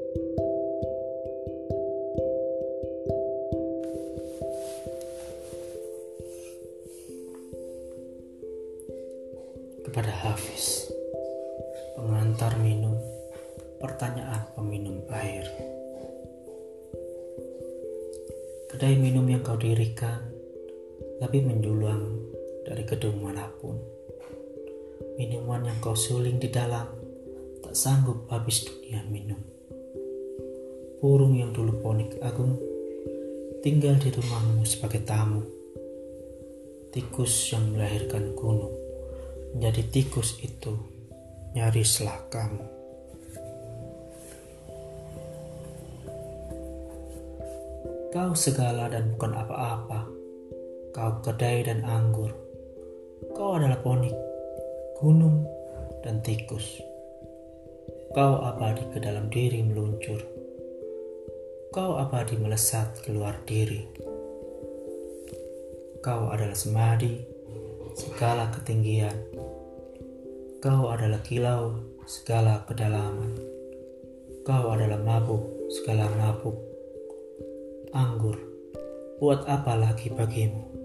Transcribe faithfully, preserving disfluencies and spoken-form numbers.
Kepada Hafiz, pengantar minum, pertanyaan peminum air. Kedai minum yang kau dirikan lebih menjulang dari gedung manapun. Minuman yang kau suling di dalam tak sanggup habis dunia minum. Burung yang dulu ponik agung tinggal di rumahmu sebagai tamu. Tikus yang melahirkan gunung menjadi tikus itu nyarislah kamu. Kau segala dan bukan apa-apa. Kau kedai dan anggur. Kau adalah ponik, gunung, dan tikus. Kau abadi ke dalam diri meluncur. Kau abadi melesat keluar diri. Kau adalah semadi, segala ketinggian. Kau adalah kilau, segala kedalaman. Kau adalah mabuk, segala mabuk. Anggur, buat apa lagi bagimu?